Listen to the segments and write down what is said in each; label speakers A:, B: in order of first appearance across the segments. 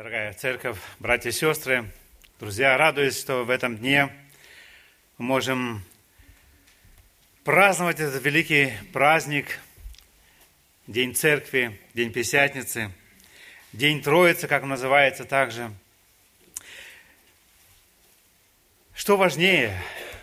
A: Дорогая церковь, братья и сестры, друзья, радуюсь, что в этом дне мы можем праздновать этот великий праздник, День Церкви, День Пятидесятницы, День Троицы, как он называется также. Что важнее,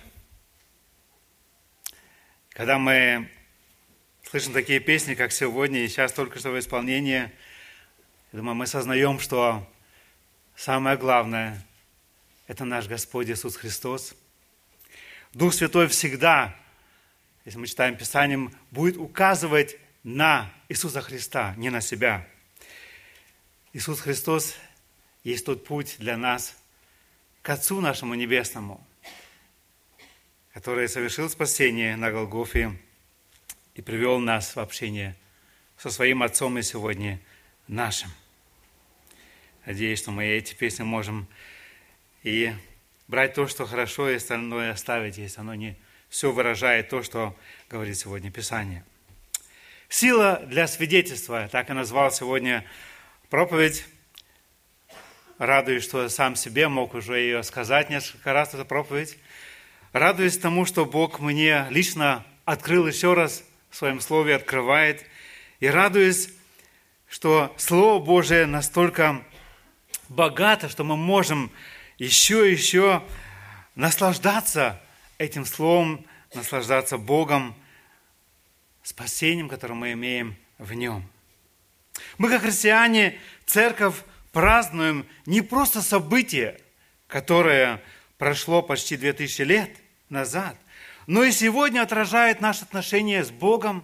A: когда мы слышим такие песни, как сегодня, и сейчас только что в исполнении, я думаю, мы осознаем, что самое главное – это наш Господь Иисус Христос. Дух Святой всегда, если мы читаем Писанием, будет указывать на Иисуса Христа, не на себя. Иисус Христос есть тот путь для нас к Отцу нашему Небесному, который совершил спасение на Голгофе и привел нас в общение со своим Отцом и сегодня нашим. Надеюсь, что мы эти песни можем и брать то, что хорошо, и остальное оставить, если оно не все выражает то, что говорит сегодня Писание. Сила для свидетельства, так и назвал сегодня проповедь. Радуюсь, что сам себе мог уже ее сказать несколько раз, эту проповедь. Радуюсь тому, что Бог мне лично открыл еще раз в Своем Слове, открывает. И радуюсь, что Слово Божие настолько богато, что мы можем еще наслаждаться этим Словом, наслаждаться Богом, спасением, которое мы имеем в Нем. Мы, как христиане, церковь, празднуем не просто событие, которое прошло почти 2000 лет назад, но и сегодня отражает наши отношения с Богом,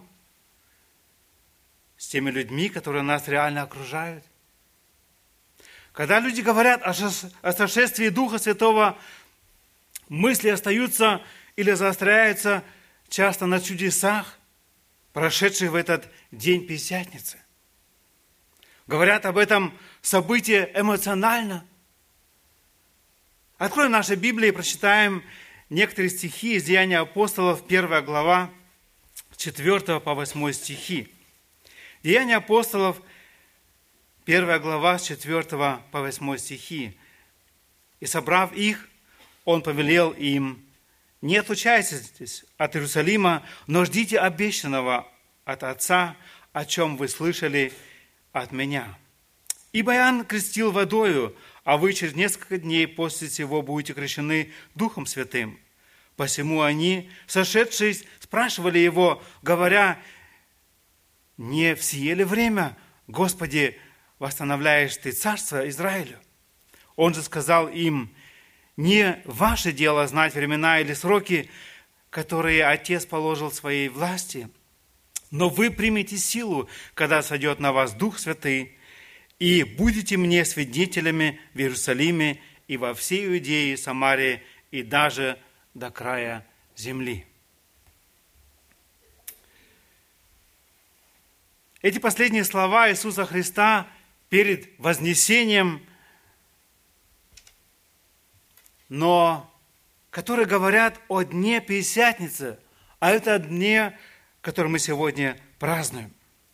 A: с теми людьми, которые нас реально окружают. Когда люди говорят о сошествии Духа Святого, мысли остаются или заостряются часто на чудесах, прошедших в этот день Пятидесятницы. Говорят об этом событии эмоционально. Откроем наши Библии и прочитаем некоторые стихи из Деяний апостолов, 1 глава, 4 по 8 стихи. Деяния апостолов, 1 глава, с 4 по 8 стихи. «И, собрав их, он повелел им: не отлучайтесь от Иерусалима, но ждите обещанного от Отца, о чем вы слышали от меня. Ибо Иоанн крестил водою, а вы через несколько дней после сего будете крещены Духом Святым. Посему они, сошедшись, спрашивали его, говоря: не в сие ли время, Господи, восстановляешь Ты царство Израилю? Он же сказал им: не ваше дело знать времена или сроки, которые Отец положил своей власти, но вы примете силу, когда сойдет на вас Дух Святый, и будете мне свидетелями в Иерусалиме и во всей Иудее, Самарии и даже до края земли». Эти последние слова Иисуса Христа перед вознесением, но которые говорят о дне Пятидесятницы, а это дне, который мы сегодня празднуем.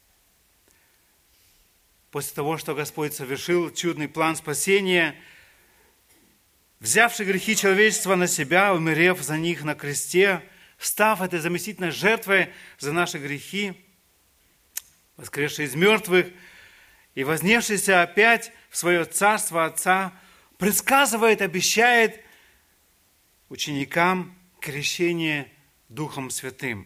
A: После того, что Господь совершил чудный план спасения, взявший грехи человечества на себя, умерев за них на кресте, став этой заместительной жертвой за наши грехи, воскресший из мертвых и вознесшийся опять в свое царство Отца, предсказывает, обещает ученикам крещение Духом Святым.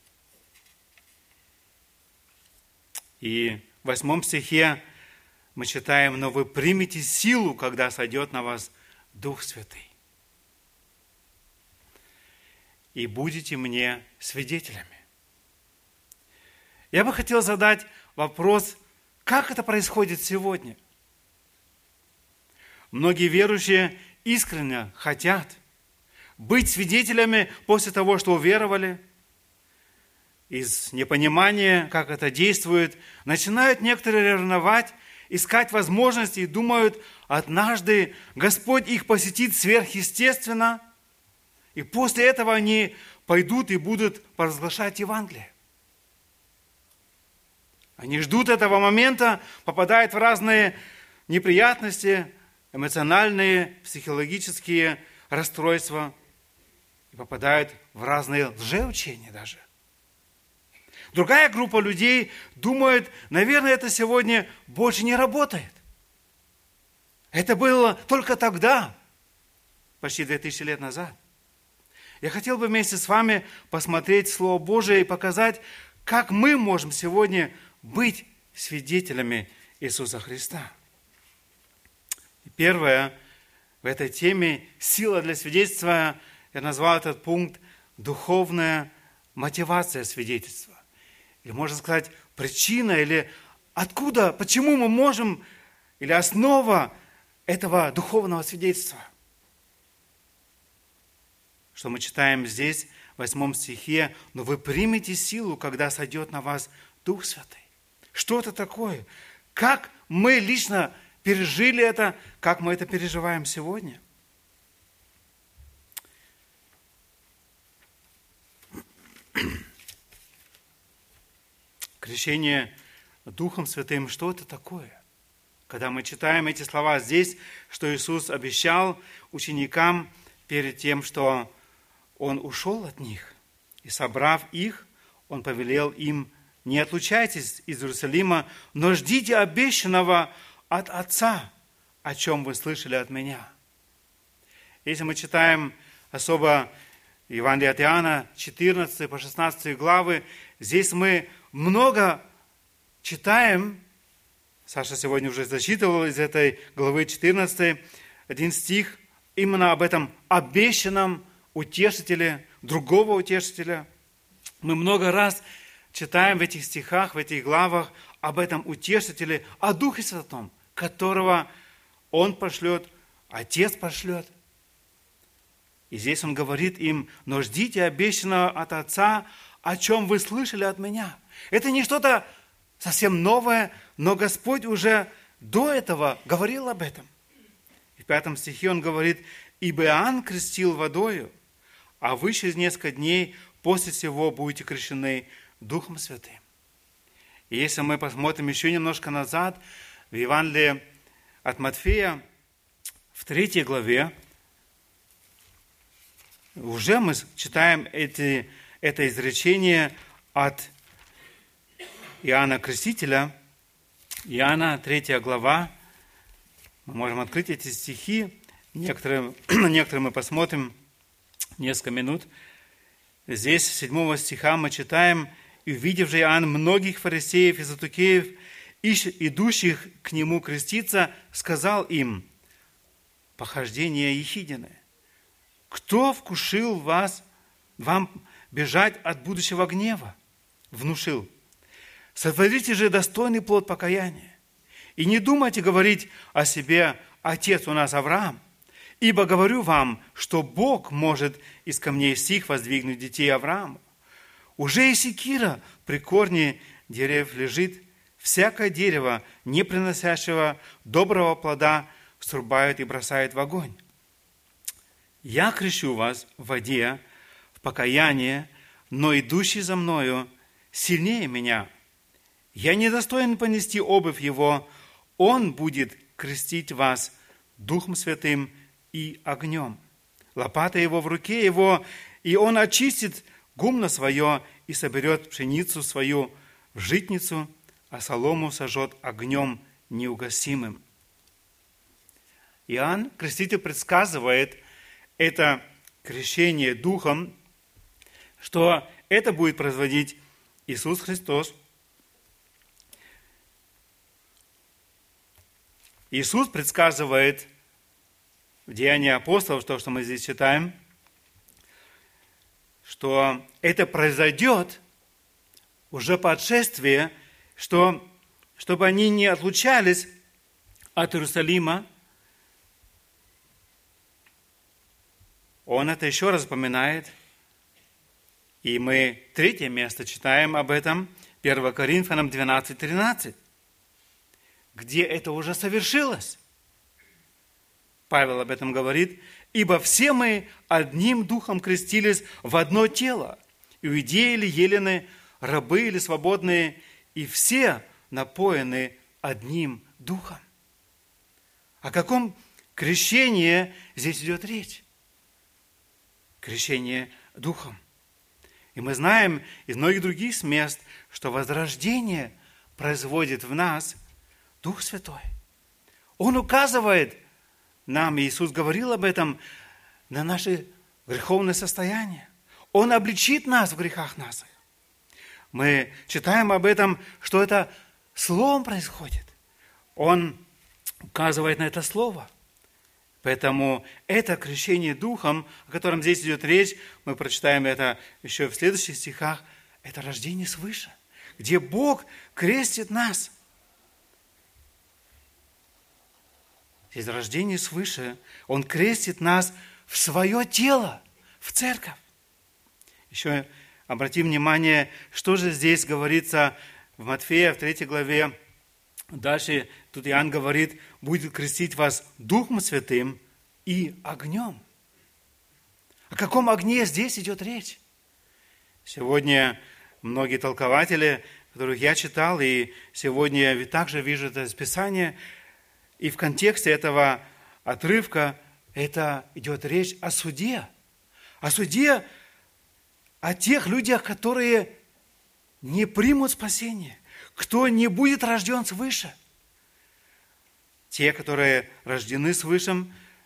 A: И в 8 стихе мы читаем: «Но вы примете силу, когда сойдет на вас Дух Святый, и будете мне свидетелями». Я бы хотел задать вопрос, как это происходит сегодня? Многие верующие искренне хотят быть свидетелями после того, что уверовали. Из непонимания, как это действует, начинают некоторые ревновать, искать возможности и думают, однажды Господь их посетит сверхъестественно, и после этого они пойдут и будут провозглашать Евангелие. Они ждут этого момента, попадают в разные неприятности, эмоциональные, психологические расстройства и попадают в разные лжеучения даже. Другая группа людей думает, наверное, это сегодня больше не работает. Это было только тогда, почти 2000 лет назад. Я хотел бы вместе с вами посмотреть Слово Божие и показать, как мы можем сегодня быть свидетелями Иисуса Христа. И первое, в этой теме сила для свидетельства, я назвал этот пункт духовная мотивация свидетельства. Или можно сказать, причина, или откуда, почему мы можем, или основа этого духовного свидетельства. Что мы читаем здесь, в 8 стихе, «Но вы примете силу, когда сойдет на вас Дух Святый». Что это такое? Как мы лично пережили это, как мы это переживаем сегодня? Крещение Духом Святым, что это такое? Когда мы читаем эти слова здесь, что Иисус обещал ученикам перед тем, что Он ушел от них, и собрав их, Он повелел им: не отлучайтесь из Иерусалима, но ждите обещанного от Отца, о чем вы слышали от Меня. Если мы читаем особо Евангелие от Иоанна, 14 по 16 главы, здесь мы много читаем. Саша сегодня уже зачитывал из этой главы 14, один стих, именно об этом обещанном утешителе, другого утешителя. Мы много раз читаем в этих стихах, в этих главах об этом утешителе, о Духе Святом, которого Он пошлет, Отец пошлет. И здесь Он говорит им: но ждите обещанного от Отца, о чем вы слышали от Меня. Это не что-то совсем новое, но Господь уже до этого говорил об этом. И в 5 стихе Он говорит: ибо Иоанн крестил водою, а вы через несколько дней после сего будете крещены Духом Святым. И если мы посмотрим еще немножко назад, в Евангелии от Матфея, в 3 главе, уже мы читаем это изречение от Иоанна Крестителя. Иоанна, 3 глава. Мы можем открыть эти стихи. Некоторые мы посмотрим несколько минут. Здесь, с 7 стиха, мы читаем: «И увидев же Иоанн многих фарисеев и саддукеев, идущих к нему креститься, сказал им: похождение ехидины. Кто вкушил вам бежать от будущего гнева? Внушил: сотворите же достойный плод покаяния. И не думайте говорить о себе: отец у нас Авраам. Ибо говорю вам, что Бог может из камней сих воздвигнуть детей Аврааму. Уже и секира при корне дерев лежит. Всякое дерево, не приносящего доброго плода, срубают и бросают в огонь. Я крещу вас в воде, в покаяние, но идущий за мною сильнее меня. Я недостоин понести обувь его. Он будет крестить вас Духом Святым и огнем. Лопата его в руке его, и он очистит гумно свое и соберет пшеницу свою в житницу, а солому сожжет огнем неугасимым». Иоанн Креститель предсказывает это крещение Духом, что это будет производить Иисус Христос. Иисус предсказывает в Деянии апостолов, то, что мы здесь читаем, что это произойдет уже по отшествии, чтобы они не отлучались от Иерусалима. Он это еще раз упоминает. И мы 3 место читаем об этом, 1 Коринфянам 12:13, где это уже совершилось. Павел об этом говорит: «Ибо все мы одним духом крестились в одно тело, иудеи или елены, рабы или свободные, и все напоены одним духом». О каком крещении здесь идет речь? Крещение Духом. И мы знаем из многих других мест, что возрождение производит в нас Дух Святой. Он указывает нам, Иисус говорил об этом, на наше греховное состояние. Он обличит нас в грехах наших. Мы читаем об этом, что это Словом происходит. Он указывает на это Слово. Поэтому это крещение Духом, о котором здесь идет речь, мы прочитаем это еще в следующих стихах, это рождение свыше, где Бог крестит нас. Здесь рождение свыше, Он крестит нас в свое тело, в церковь. Еще обратим внимание, что же здесь говорится в Матфея, в 3 главе. Дальше тут Иоанн говорит, будет крестить вас Духом Святым и огнем. О каком огне здесь идет речь? Сегодня многие толкователи, которых я читал, и сегодня я также вижу это из Писания, и в контексте этого отрывка это идет речь о суде. О суде, о тех людях, которые не примут спасение, кто не будет рожден свыше. Те, которые рождены свыше,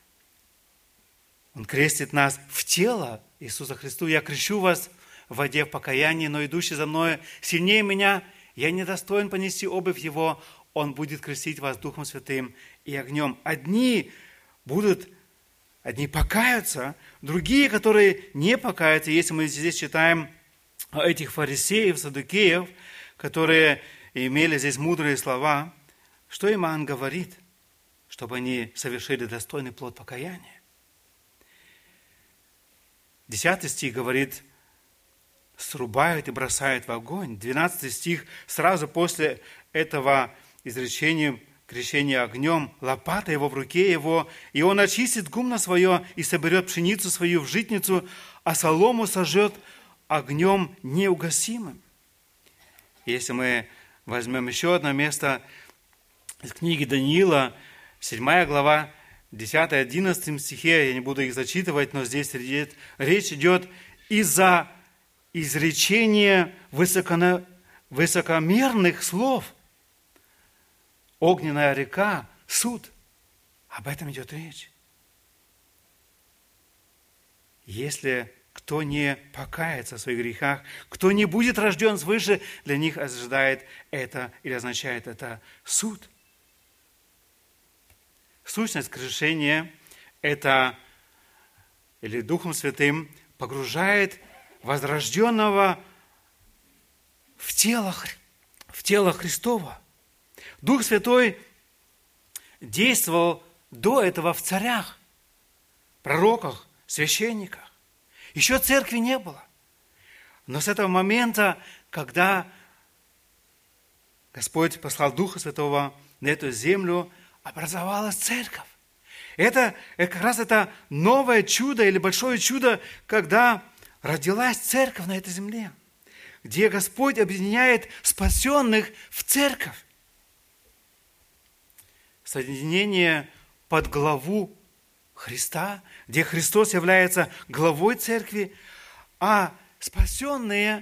A: Он крестит нас в тело Иисуса Христа. Я крещу вас в воде в покаянии, но идущий за мной сильнее меня, я недостоин понести обувь Его, Он будет крестить вас Духом Святым и огнем. Одни покаются, другие, которые не покаются. Если мы здесь читаем этих фарисеев, саддукеев, которые имели здесь мудрые слова, что им Иоанн говорит? Чтобы они совершили достойный плод покаяния. 10 стих говорит, срубают и бросают в огонь. 12 стих, сразу после этого изречения, крещения огнем, лопата его в руке его, и он очистит гумно свое и соберет пшеницу свою в житницу, а солому сожжет огнем неугасимым. Если мы возьмем еще одно место из книги Даниила, 7 глава, 10-11 стихе, я не буду их зачитывать, но здесь речь идет из-за изречения высокомерных слов. Огненная река, суд. Об этом идет речь. Если кто не покается в своих грехах, кто не будет рожден свыше, для них ожидает это или означает это суд. Сущность крещения – это, или Духом Святым, погружает возрожденного в тело Христово. Дух Святой действовал до этого в царях, пророках, священниках. Еще церкви не было. Но с этого момента, когда Господь послал Духа Святого на эту землю, образовалась церковь. Это как раз это новое чудо или большое чудо, когда родилась церковь на этой земле, где Господь объединяет спасенных в церковь. Соединение под главу Христа, где Христос является главой церкви, а спасенные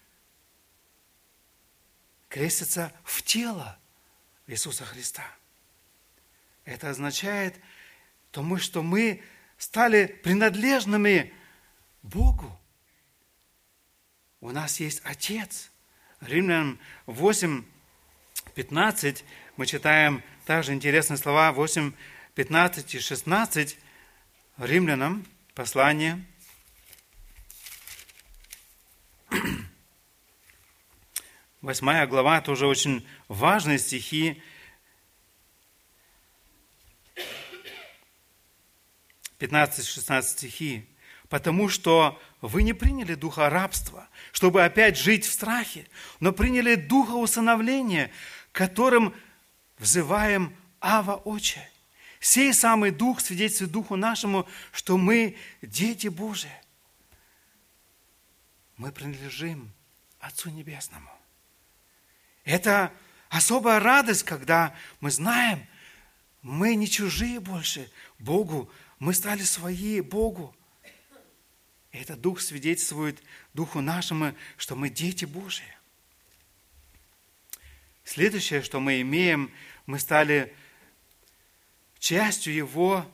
A: крестятся в тело Иисуса Христа. Это означает, что мы стали принадлежными Богу. У нас есть Отец. Римлянам 8:15 мы читаем также интересные слова, 8:15 и 16 Римлянам, послание. 8 глава, тоже очень важные стихи. 15-16 стихи. «Потому что вы не приняли духа рабства, чтобы опять жить в страхе, но приняли духа усыновления, которым взываем Ава Отче. Сей самый Дух свидетельствует Духу нашему, что мы дети Божии». Мы принадлежим Отцу Небесному. Это особая радость, когда мы знаем, мы не чужие больше Богу, мы стали свои Богу. И этот Дух свидетельствует Духу нашему, что мы дети Божьи. Следующее, что мы имеем, мы стали частью Его,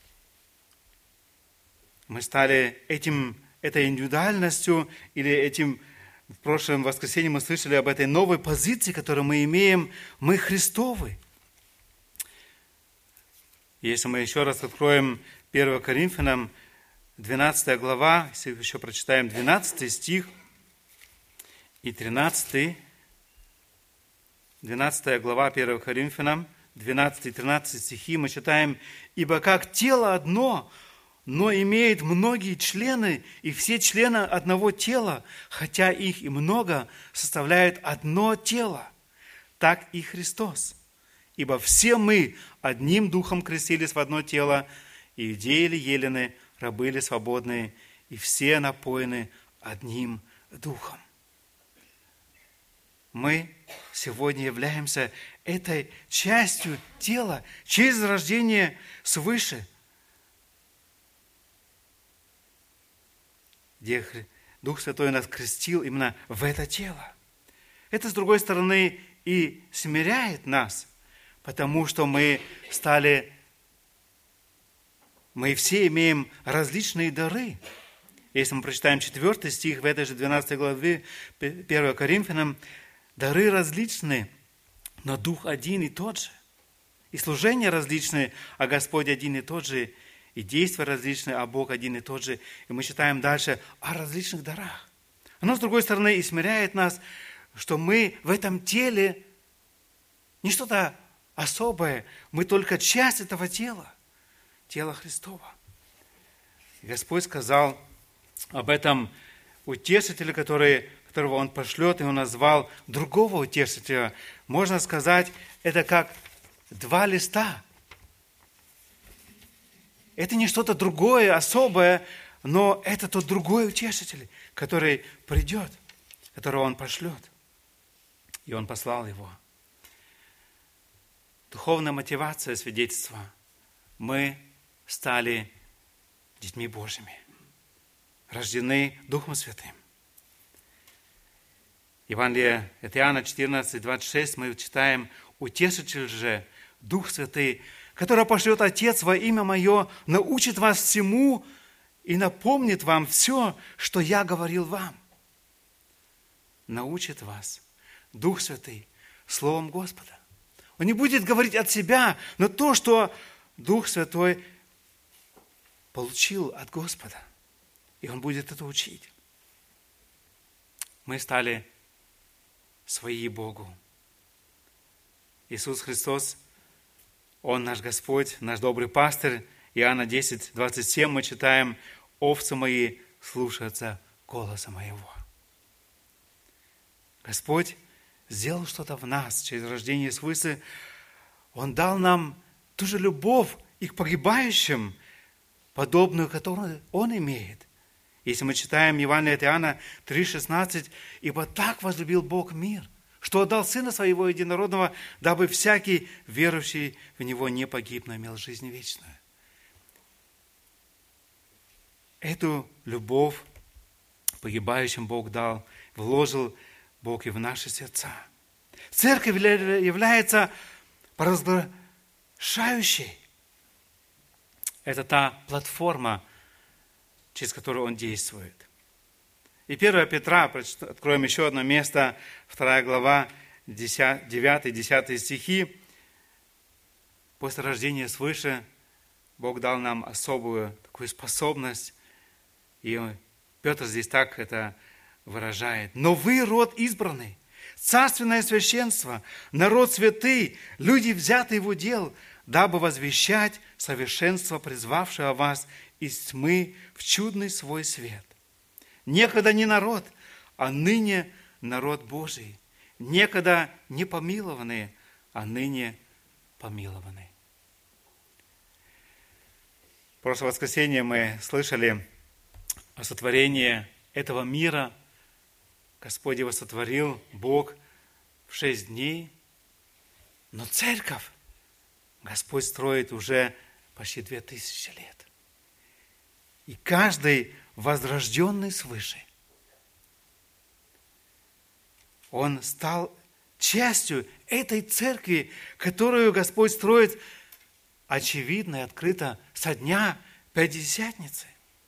A: мы стали этой индивидуальностью, или этим, в прошлом воскресенье мы слышали об этой новой позиции, которую мы имеем, мы Христовы. Если мы еще раз откроем 1 Коринфянам, 12 глава, если еще прочитаем 12 стих и 13, 12 глава 1 Коринфянам, 12 и 13 стихи, мы читаем: «Ибо как тело одно, но имеет многие члены, и все члены одного тела, хотя их и много, составляют одно тело, так и Христос. Ибо все мы одним духом крестились в одно тело, иудеи или елены, рабы или свободные, и все напоены одним духом». Мы сегодня являемся этой частью тела через рождение свыше, где Дух Святой нас крестил именно в это тело. Это, с другой стороны, и смиряет нас, потому что мы все имеем различные дары. Если мы прочитаем 4 стих в этой же 12 главе 1 Коринфянам, дары различны, но Дух один и тот же. И служения различные, а Господь один и тот же. И действия различные, а Бог один и тот же. И мы читаем дальше о различных дарах. Но, с другой стороны, и смиряет нас, что мы в этом теле не что-то особое, мы только часть этого тела, тела Христова. И Господь сказал об этом утешителе, которого Он пошлет, и Он назвал другого утешителя. Можно сказать, это как 2 листа. Это не что-то другое, особое, но это тот другой утешитель, который придет, которого Он пошлет. И Он послал его. Духовная мотивация свидетельства. Мы стали детьми Божьими, рождены Духом Святым. Евангелие от Иоанна 14, 26 мы читаем: «Утешитель же, Дух Святый, которого пошлет Отец во имя Мое, научит вас всему и напомнит вам все, что Я говорил вам». Научит вас Дух Святый Словом Господа. Он не будет говорить от себя, но то, что Дух Святой получил от Господа. И Он будет это учить. Мы стали свои Богу. Иисус Христос, Он наш Господь, наш добрый пастырь. Иоанна 10, 27 мы читаем: «Овцы мои слушаются голоса моего». Господь сделал что-то в нас через рождение свыше. Он дал нам ту же любовь и к погибающим, подобную, которую Он имеет. Если мы читаем Евангелие от Иоанна 3,16, «Ибо так возлюбил Бог мир, что отдал Сына Своего Единородного, дабы всякий, верующий в Него, не погиб, но имел жизнь вечную». Эту любовь погибающим Бог дал, вложил Бог и в наши сердца. Церковь является провозглашающей. Это та платформа, через которую Он действует. И 1 Петра, откроем еще одно место, 2 глава, 9-10 стихи. После рождения свыше Бог дал нам особую такую способность, и Петр здесь так это выражает: «Но вы род избранный, царственное священство, народ святый, люди, взятые в удел, дабы возвещать совершенство призвавшего вас из тьмы в чудный свой свет. Некогда не народ, а ныне народ Божий. Некогда не помилованные, а ныне помилованы». В прошлое воскресенье мы слышали о сотворении этого мира. Господь его сотворил, Бог, в 6 дней. Но церковь Господь строит уже почти 2000 лет. И каждый возрожденный свыше, он стал частью этой церкви, которую Господь строит очевидно и открыто со дня Пятидесятницы.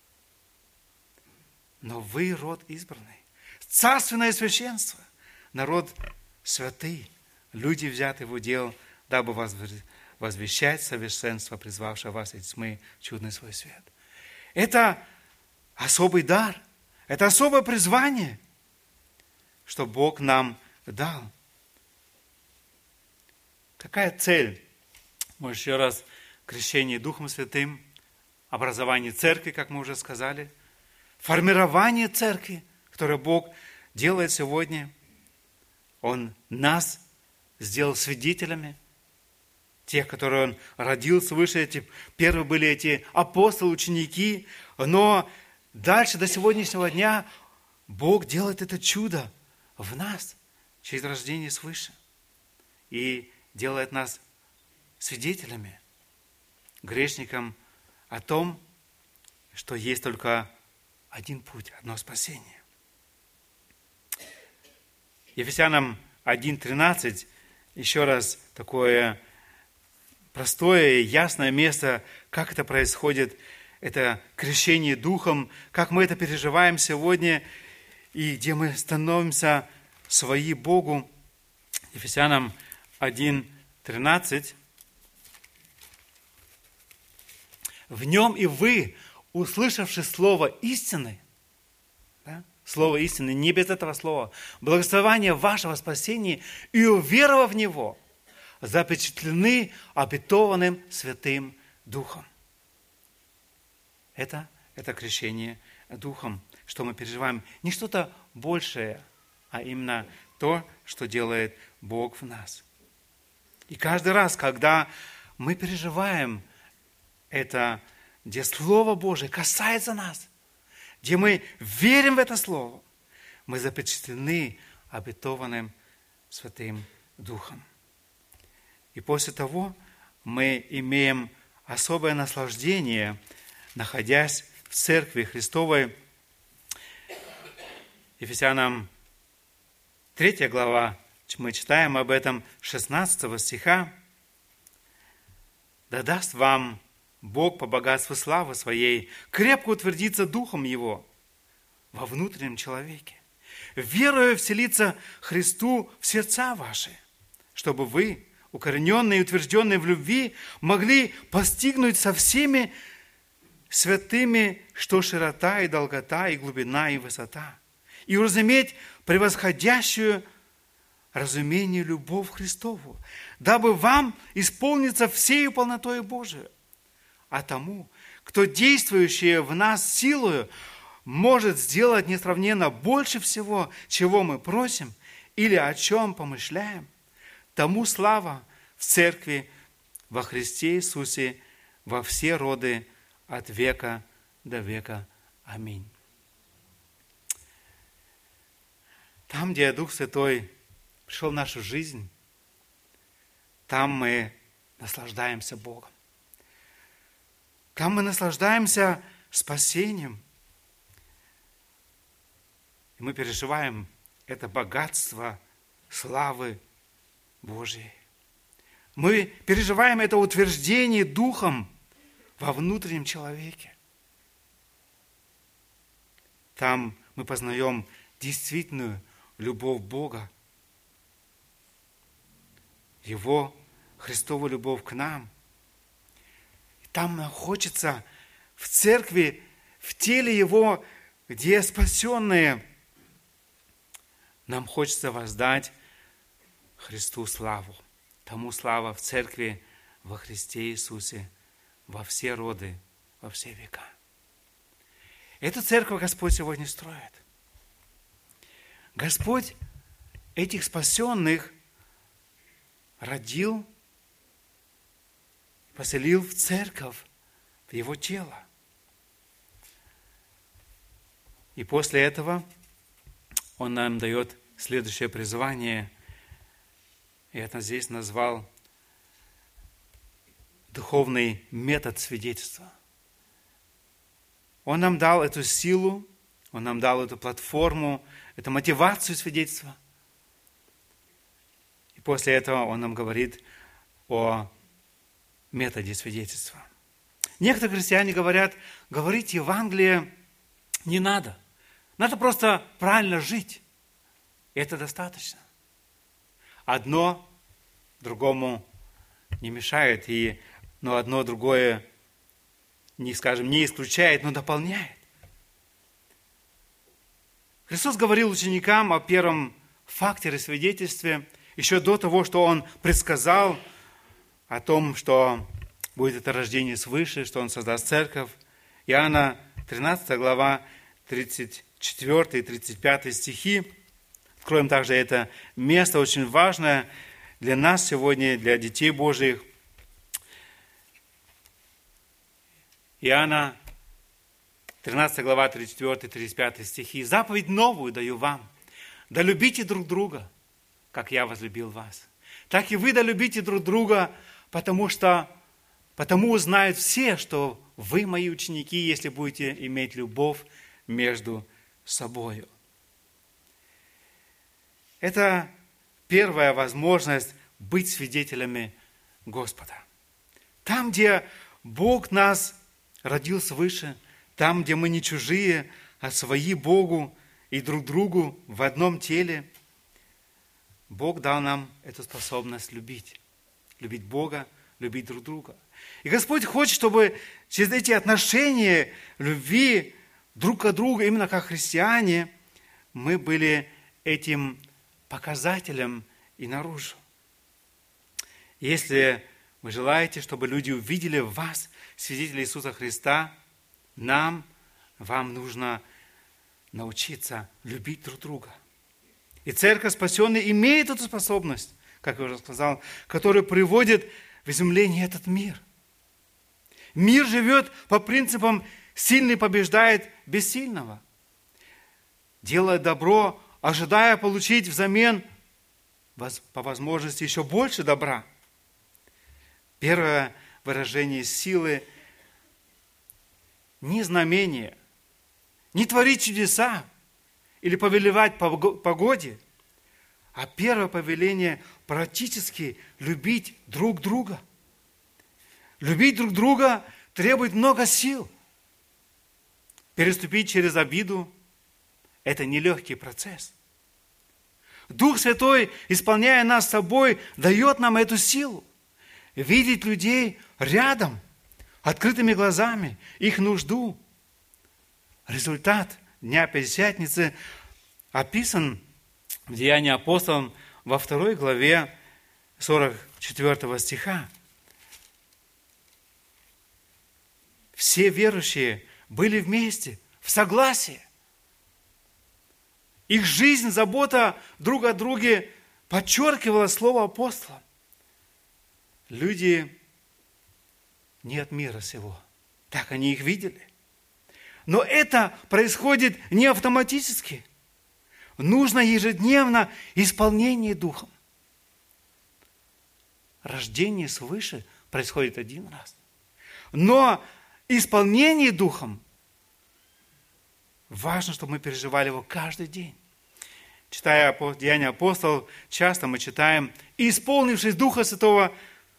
A: Но вы род избранный, царственное священство, народ святый, люди взяты в удел, дабы возвещать совершенство, призвавшего вас из тьмы в чудный свой свет. Это особый дар, это особое призвание, что Бог нам дал. Какая цель? Может, еще раз, крещение Духом Святым, образование церкви, как мы уже сказали, формирование церкви, которое Бог делает сегодня. Он нас сделал свидетелями, тех, которые Он родил свыше. Первые были эти апостолы, ученики. Но дальше, до сегодняшнего дня, Бог делает это чудо в нас, через рождение свыше. И делает нас свидетелями, грешникам о том, что есть только один путь, одно спасение. Ефесянам 1:13, еще раз такое простое и ясное место, как это происходит, это крещение Духом, как мы это переживаем сегодня, и где мы становимся свои Богу. Ефесянам 1:13. В нем и вы, услышавши слово истины, да, слово истины, не без этого слова, благословение вашего спасения и уверовав в него, запечатлены обетованным Святым Духом. Это крещение Духом, что мы переживаем. Не что-то большее, а именно то, что делает Бог в нас. И каждый раз, когда мы переживаем это, где Слово Божие касается нас, где мы верим в это Слово, мы запечатлены обетованным Святым Духом. И после того мы имеем особое наслаждение, находясь в Церкви Христовой. Ефесянам 3 глава, мы читаем об этом 16 стиха. «Да даст вам Бог по богатству славы Своей крепко утвердиться Духом Его во внутреннем человеке, веруя вселиться Христу в сердца ваши, чтобы вы, укорененные и утвержденные в любви, могли постигнуть со всеми святыми, что широта и долгота, и глубина, и высота, и уразуметь превосходящую разумение любовь Христову, дабы вам исполниться всею полнотою Божию. А тому, кто действующий в нас силою, может сделать несравненно больше всего, чего мы просим или о чем помышляем, тому слава в Церкви во Христе Иисусе во все роды от века до века. Аминь». Там, где Дух Святой пришел в нашу жизнь, там мы наслаждаемся Богом. Там мы наслаждаемся спасением. И мы переживаем это богатство славы Божьей. Мы переживаем это утверждение Духом во внутреннем человеке. Там мы познаем действительную любовь Бога, Его Христову любовь к нам. И там нам хочется в церкви, в теле Его, где спасенные, нам хочется воздать Христу славу. Тому слава в церкви во Христе Иисусе во все роды, во все века. Эту церковь Господь сегодня строит. Господь этих спасенных родил, поселил в церковь, в Его тело. И после этого Он нам дает следующее призвание. Я это здесь назвал духовный метод свидетельства. Он нам дал эту силу, Он нам дал эту платформу, эту мотивацию свидетельства. И после этого Он нам говорит о методе свидетельства. Некоторые христиане говорят, говорить Евангелие не надо. Надо просто правильно жить. И это достаточно. Одно другому не мешает, но одно другое не исключает, но дополняет. Христос говорил ученикам о первом факторе свидетельстве еще до того, что Он предсказал о том, что будет это рождение свыше, что Он создаст церковь. Иоанна 13 глава, 34 и 35 стихи. Откроем также это место, очень важное для нас сегодня, для детей Божьих. Иоанна 13 глава, 34-35 стихи. «Заповедь новую даю вам, да любите друг друга, как я возлюбил вас. Так и вы да любите друг друга, потому узнают все, что вы мои ученики, если будете иметь любовь между собою». Это первая возможность быть свидетелями Господа. Там, где Бог нас родил свыше, там, где мы не чужие, а свои Богу и друг другу в одном теле, Бог дал нам эту способность любить. Любить Бога, любить друг друга. И Господь хочет, чтобы через эти отношения любви друг к другу, именно как христиане, мы были этим показателем и наружу. Если вы желаете, чтобы люди увидели в вас свидетеля Иисуса Христа, вам нужно научиться любить друг друга. И церковь спасенная имеет эту способность, как я уже сказал, которая приводит в изумление этот мир. Мир живет по принципам «сильный побеждает бессильного», делая добро, ожидая получить взамен по возможности еще больше добра. Первое выражение силы – не знамение, не творить чудеса или повелевать погоде, а первое повеление – практически любить друг друга. Любить друг друга требует много сил. Переступить через обиду – это нелегкий процесс. Дух Святой, исполняя нас собой, дает нам эту силу. Видеть людей рядом, открытыми глазами, их нужду. Результат Дня Пятидесятницы описан в Деянии апостолов во 2 главе 44 стиха. Все верующие были вместе, в согласии. Их жизнь, забота друг о друге подчеркивала слово апостола. Люди не от мира сего. Так они их видели. Но это происходит не автоматически. Нужно ежедневно исполнение Духом. Рождение свыше происходит один раз. Но исполнение Духом важно, чтобы мы переживали его каждый день. Читая Деяния апостолов, часто мы читаем: «И, исполнившись Духа Святого,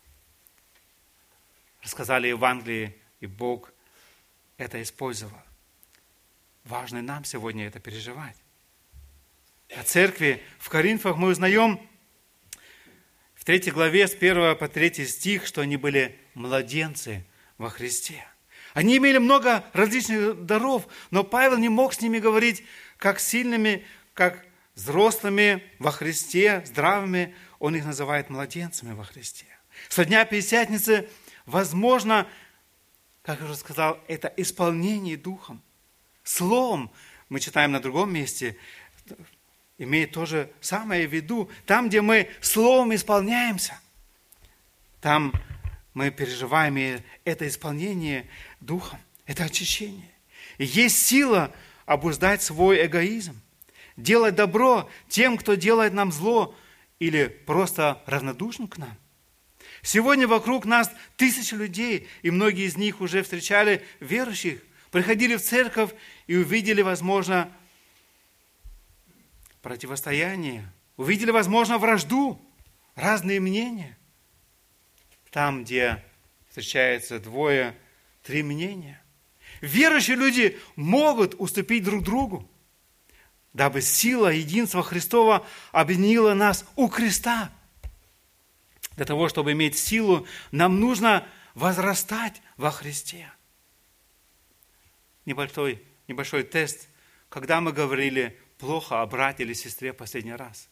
A: рассказали Евангелие, и Бог это использовал». Важно нам сегодня это переживать. О церкви в Коринфах мы узнаем в 3 главе с 1 по 3 стих, что они были младенцы во Христе. Они имели много различных даров, но Павел не мог с ними говорить как сильными, как взрослыми во Христе, здравыми. Он их называет младенцами во Христе. Со дня Пятидесятницы, возможно, как я уже сказал, это исполнение Духом. Словом, мы читаем на другом месте, имеет то же самое в виду. Там, где мы словом исполняемся, там мы переживаем это исполнение Духом, это очищение. И есть сила обуздать свой эгоизм, делать добро тем, кто делает нам зло или просто равнодушен к нам. Сегодня вокруг нас тысячи людей, и многие из них уже встречали верующих, приходили в церковь и увидели, возможно, противостояние, увидели, возможно, вражду, разные мнения. Там, где встречаются 2-3 мнения. Верующие люди могут уступить друг другу, дабы сила единства Христова объединила нас у креста. Для того, чтобы иметь силу, нам нужно возрастать во Христе. Небольшой тест. Когда мы говорили плохо о брате или сестре последний раз?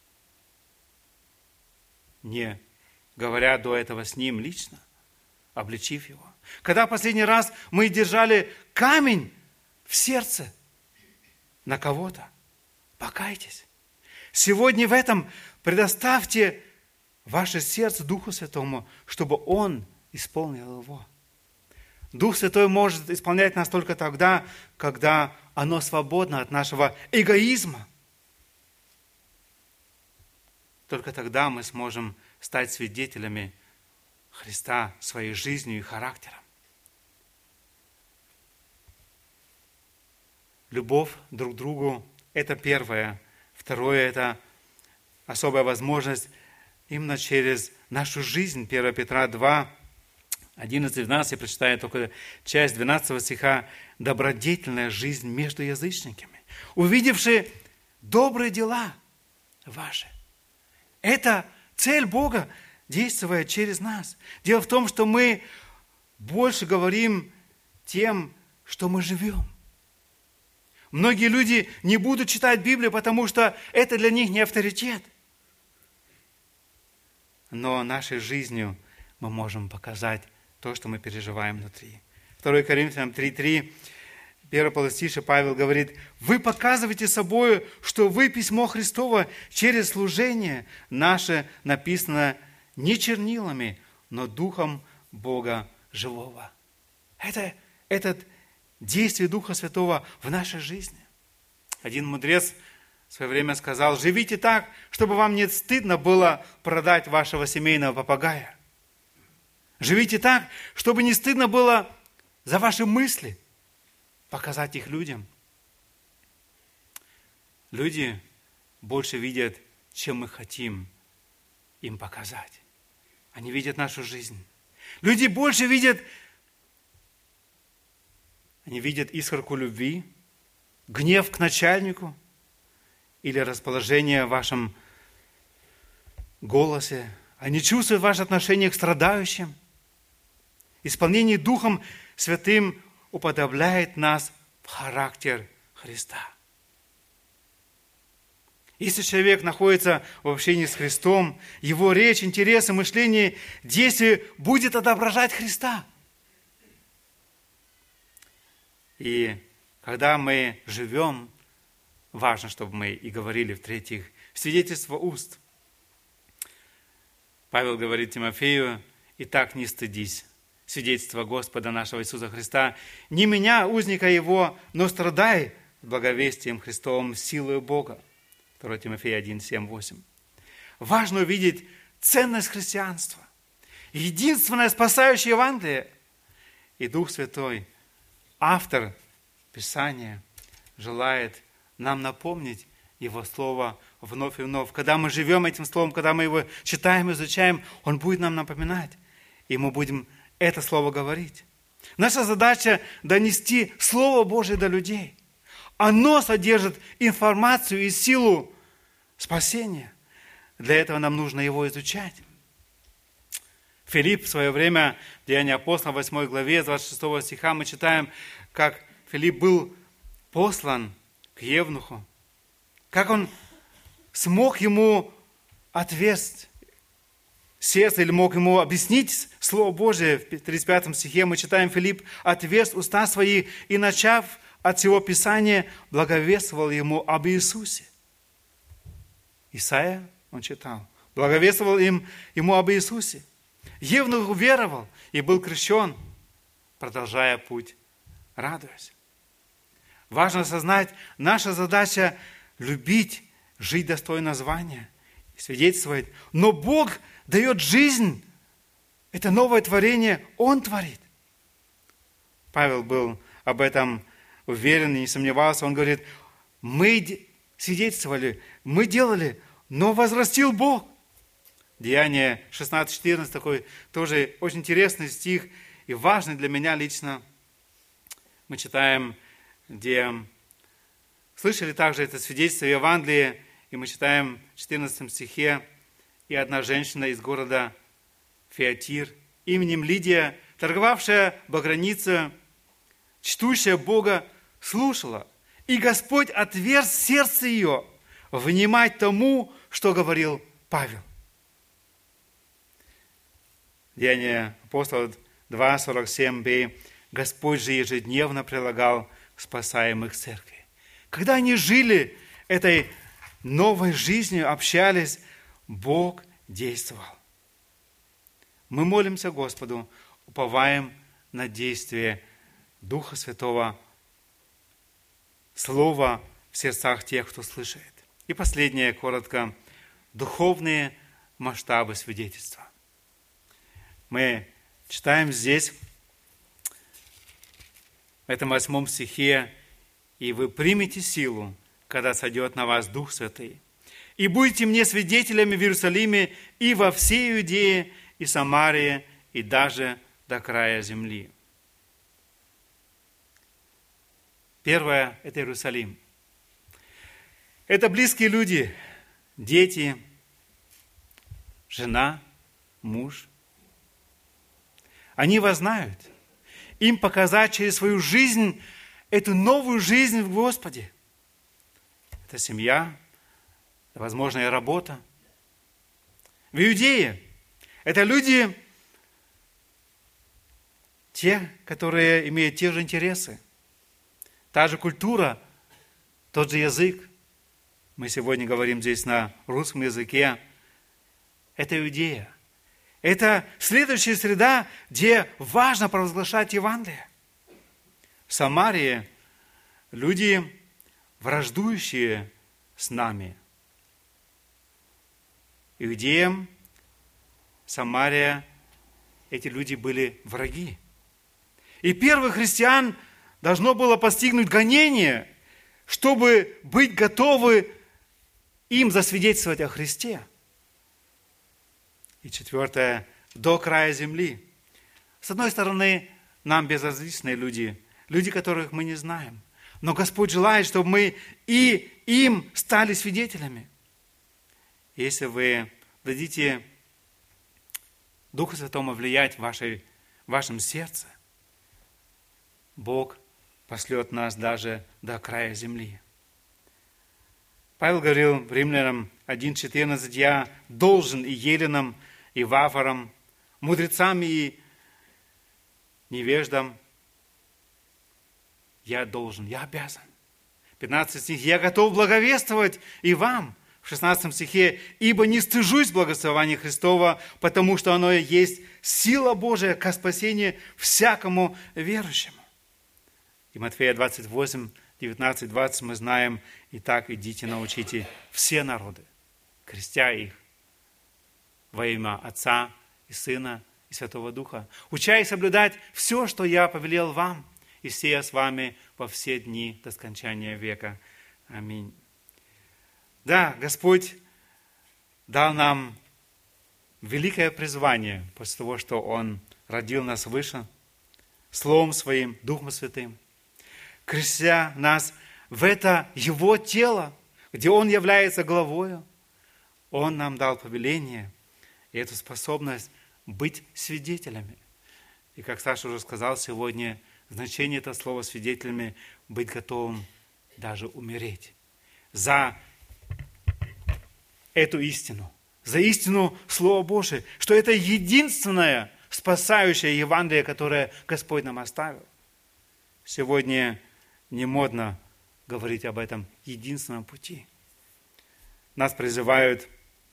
A: Не говоря до этого с ним лично, обличив его. Когда последний раз мы держали камень в сердце на кого-то? Покайтесь. Сегодня в этом предоставьте ваше сердце Духу Святому, чтобы Он исполнил его. Дух Святой может исполнять нас только тогда, когда оно свободно от нашего эгоизма. Только тогда мы сможем стать свидетелями Христа своей жизнью и характером. Любовь друг к другу – это первое. Второе – это особая возможность именно через нашу жизнь. 1 Петра 2, 11-12, я прочитаю только часть 12 стиха. «Добродетельная жизнь между язычниками, увидевши добрые дела ваши». Это цель Бога, действуя через нас. Дело в том, что мы больше говорим тем, что мы живем. Многие люди не будут читать Библию, потому что это для них не авторитет. Но нашей жизнью мы можем показать то, что мы переживаем внутри. 2 Коринфянам 3:3, 1 полостише Павел говорит: «Вы показываете собою, что вы письмо Христово через служение наше написано не чернилами, но Духом Бога живого». Это действие Духа Святого в нашей жизни. Один мудрец в свое время сказал: «Живите так, чтобы вам не стыдно было продать вашего семейного попугая. Живите так, чтобы не стыдно было за ваши мысли показать их людям». Люди больше видят, чем мы хотим им показать. Они видят нашу жизнь. Люди больше видят, они видят искорку любви, гнев к начальнику или расположение в вашем голосе. Они чувствуют ваше отношение к страдающим. Исполнение Духом Святым уподобляет нас в характер Христа. Если человек находится в общении с Христом, его речь, интересы, мышление, действие будет отображать Христа. И когда мы живем, важно, чтобы мы и говорили, в-третьих, свидетельство уст. Павел говорит Тимофею: «Итак, не стыдись свидетельства Господа нашего Иисуса Христа, не меня, узника Его, но страдай благовестием Христовым силою Бога». 2 Тимофея 1, 7, 8. Важно увидеть ценность христианства, единственное спасающее Евангелие. И Дух Святой, автор Писания, желает нам напомнить Его Слово вновь и вновь. Когда мы живем этим Словом, когда мы его читаем, изучаем, Он будет нам напоминать, и мы будем это Слово говорить. Наша задача – донести Слово Божие до людей. Оно содержит информацию и силу спасения. Для этого нам нужно его изучать. Филипп в свое время, в Деяниях апостолов, 8 главе, 26 стиха, мы читаем, как Филипп был послан к евнуху, как он смог ему отвести сердце, или мог ему объяснить Слово Божие. В 35 стихе мы читаем: Филипп отверз уста свои и, начав от всего Писания, благовествовал ему об Иисусе. Исайя, он читал, благовествовал ему об Иисусе. Евнух уверовал и был крещен, продолжая путь, радуясь. Важно осознать, наша задача – любить, жить достойно звания, свидетельствовать. Но Бог дает жизнь Это новое творение Он творит. Павел был об этом уверен и не сомневался. Он говорит, мы свидетельствовали, мы делали, но возрастил Бог. Деяние 16:14, такой тоже очень интересный стих и важный для меня лично. Мы читаем, где слышали также это свидетельство Евангелия, и мы читаем в 14 стихе, и одна женщина из города Фиатир, именем Лидия, торговавшая баграницей, чтущая Бога, слушала, и Господь отверз сердце ее внимать тому, что говорил Павел. Деяние апостолов 2:47b. Господь же ежедневно прилагал спасаемых к церкви. Когда они жили этой новой жизнью, общались, Бог действовал. Мы молимся Господу, уповаем на действие Духа Святого, Слова в сердцах тех, кто слышит. И последнее, коротко, духовные масштабы свидетельства. Мы читаем здесь, в этом 8 стихе, «И вы примете силу, когда сойдет на вас Дух Святый, и будете мне свидетелями в Иерусалиме и во всей Иудее, и Самарии, и даже до края земли». Первое – это Иерусалим. Это близкие люди, дети, жена, муж. Они вас знают. Им показать через свою жизнь эту новую жизнь в Господе. Это семья, это возможная работа. В Иудее это люди, те, которые имеют те же интересы, та же культура, тот же язык. Мы сегодня говорим здесь на русском языке. Это Иудея. Это следующая среда, где важно провозглашать Евангелие. В Самарии люди, враждующие с нами. Иудеям, Самария, эти люди были враги. И первых христиан должно было постигнуть гонение, чтобы быть готовы им засвидетельствовать о Христе. И четвертое, до края земли. С одной стороны, нам безразличные люди, люди, которых мы не знаем. Но Господь желает, чтобы мы и им стали свидетелями. Если вы дадите Духу Святому влиять в вашем сердце, Бог пошлет нас даже до края земли. Павел говорил в Римлянам 1:14, «Я должен и еленам, и варварам, мудрецам и невеждам, я должен, я обязан». 15 стих, «Я готов благовествовать и вам». В 16 стихе, «Ибо не стыжусь благословения Христова, потому что оно есть сила Божия ко спасению всякому верующему». И Матфея 28, 19, 20 мы знаем, «Итак, идите, научите все народы, крестя их во имя Отца и Сына и Святого Духа, уча их соблюдать все, что я повелел вам, и сея с вами во все дни до скончания века. Аминь». Да, Господь дал нам великое призвание после того, что Он родил нас свыше, Словом Своим, Духом Святым, крестя нас в это Его тело, где Он является главою. Он нам дал повеление и эту способность быть свидетелями. И как Саша уже сказал сегодня, значение этого слова свидетелями – быть готовым даже умереть за эту истину, за истину Слова Божия, что это единственное спасающее Евангелие, которое Господь нам оставил. Сегодня не модно говорить об этом единственном пути. Нас призывают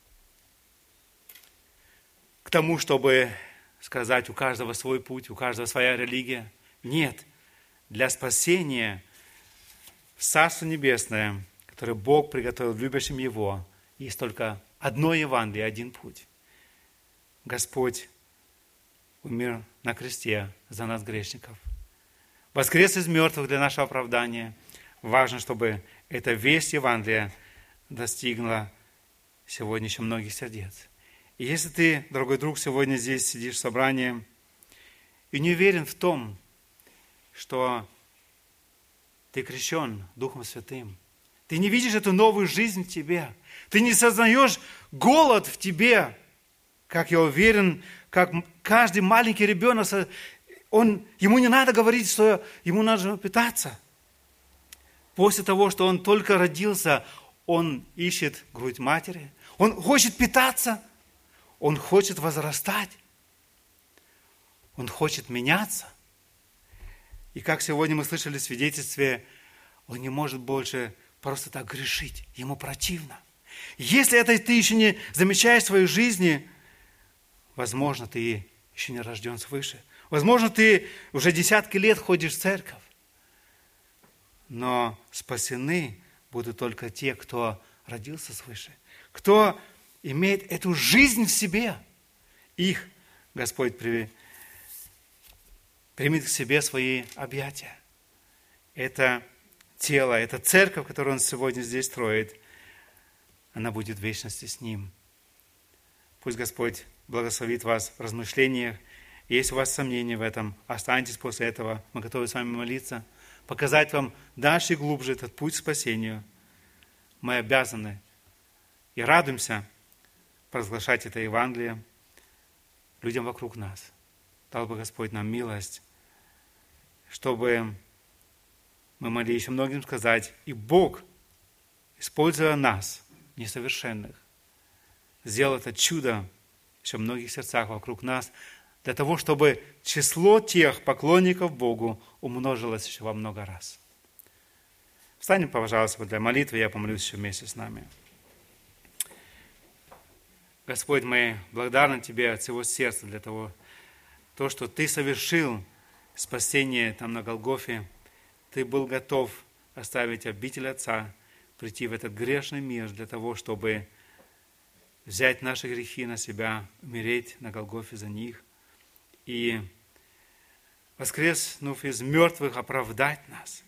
A: к тому, чтобы сказать, у каждого свой путь, у каждого своя религия. Нет, для спасения в Царство Небесное, которое Бог приготовил любящим Его, есть только одно Евангелие, один путь. Господь умер на кресте за нас, грешников. Воскрес из мертвых для нашего оправдания. Важно, чтобы эта весть Евангелия достигла сегодня еще многих сердец. И если ты, дорогой друг, сегодня здесь сидишь в собрании и не уверен в том, что ты крещен Духом Святым, ты не видишь эту новую жизнь в тебе, ты не сознаешь голод в тебе, как я уверен, как каждый маленький ребенок, ему не надо говорить, что ему нужно питаться. После того, что он только родился, он ищет грудь матери, он хочет питаться, он хочет возрастать, он хочет меняться. И как сегодня мы слышали в свидетельстве, он не может больше просто так грешить, ему противно. Если это ты еще не замечаешь в своей жизни, возможно, ты еще не рожден свыше. Возможно, ты уже десятки лет ходишь в церковь. Но спасены будут только те, кто родился свыше, кто имеет эту жизнь в себе. Их Господь примет к себе свои объятия. Это тело, это церковь, которую Он сегодня здесь строит, она будет в вечности с Ним. Пусть Господь благословит вас в размышлениях. Если у вас сомнения в этом, останьтесь после этого. Мы готовы с вами молиться, показать вам дальше и глубже этот путь к спасению. Мы обязаны и радуемся провозглашать это Евангелие людям вокруг нас. Дал бы Господь нам милость, чтобы мы могли еще многим сказать, и Бог, используя нас, несовершенных, сделал это чудо еще в многих сердцах вокруг нас, для того, чтобы число тех поклонников Богу умножилось еще во много раз. Встанем, пожалуйста, для молитвы, я помолюсь еще вместе с нами. Господь, мы благодарны Тебе от всего сердца для того, что Ты совершил спасение там на Голгофе. Ты был готов оставить обитель Отца, прийти в этот грешный мир для того, чтобы взять наши грехи на себя, умереть на Голгофе за них и, воскреснув из мертвых, оправдать нас.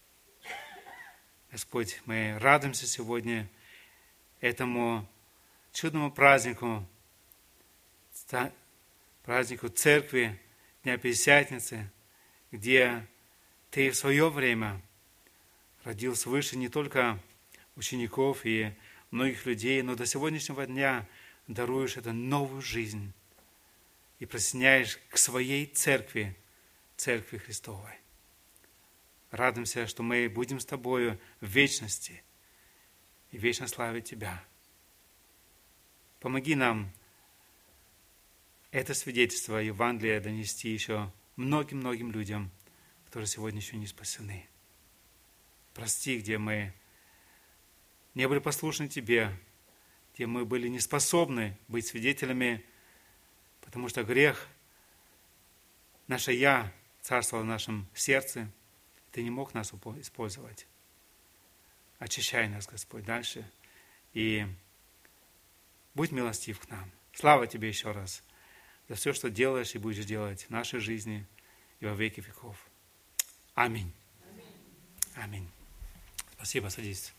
A: Господь, мы радуемся сегодня этому чудному празднику Церкви, Дня Пятидесятницы, где Ты в свое время родил свыше не только учеников и многих людей, но до сегодняшнего дня даруешь эту новую жизнь и присоединяешь к своей церкви, Церкви Христовой. Радуемся, что мы будем с Тобою в вечности и вечно славить Тебя. Помоги нам это свидетельство Евангелия донести еще многим-многим людям, которые сегодня еще не спасены. Прости, где мы не были послушны Тебе, где мы были не способны быть свидетелями, потому что грех, наше «я» царствовало в нашем сердце, Ты не мог нас использовать. Очищай нас, Господь, дальше, и будь милостив к нам. Слава Тебе еще раз за все, что делаешь и будешь делать в нашей жизни и во веки веков. Аминь. Аминь. Спасибо, садись.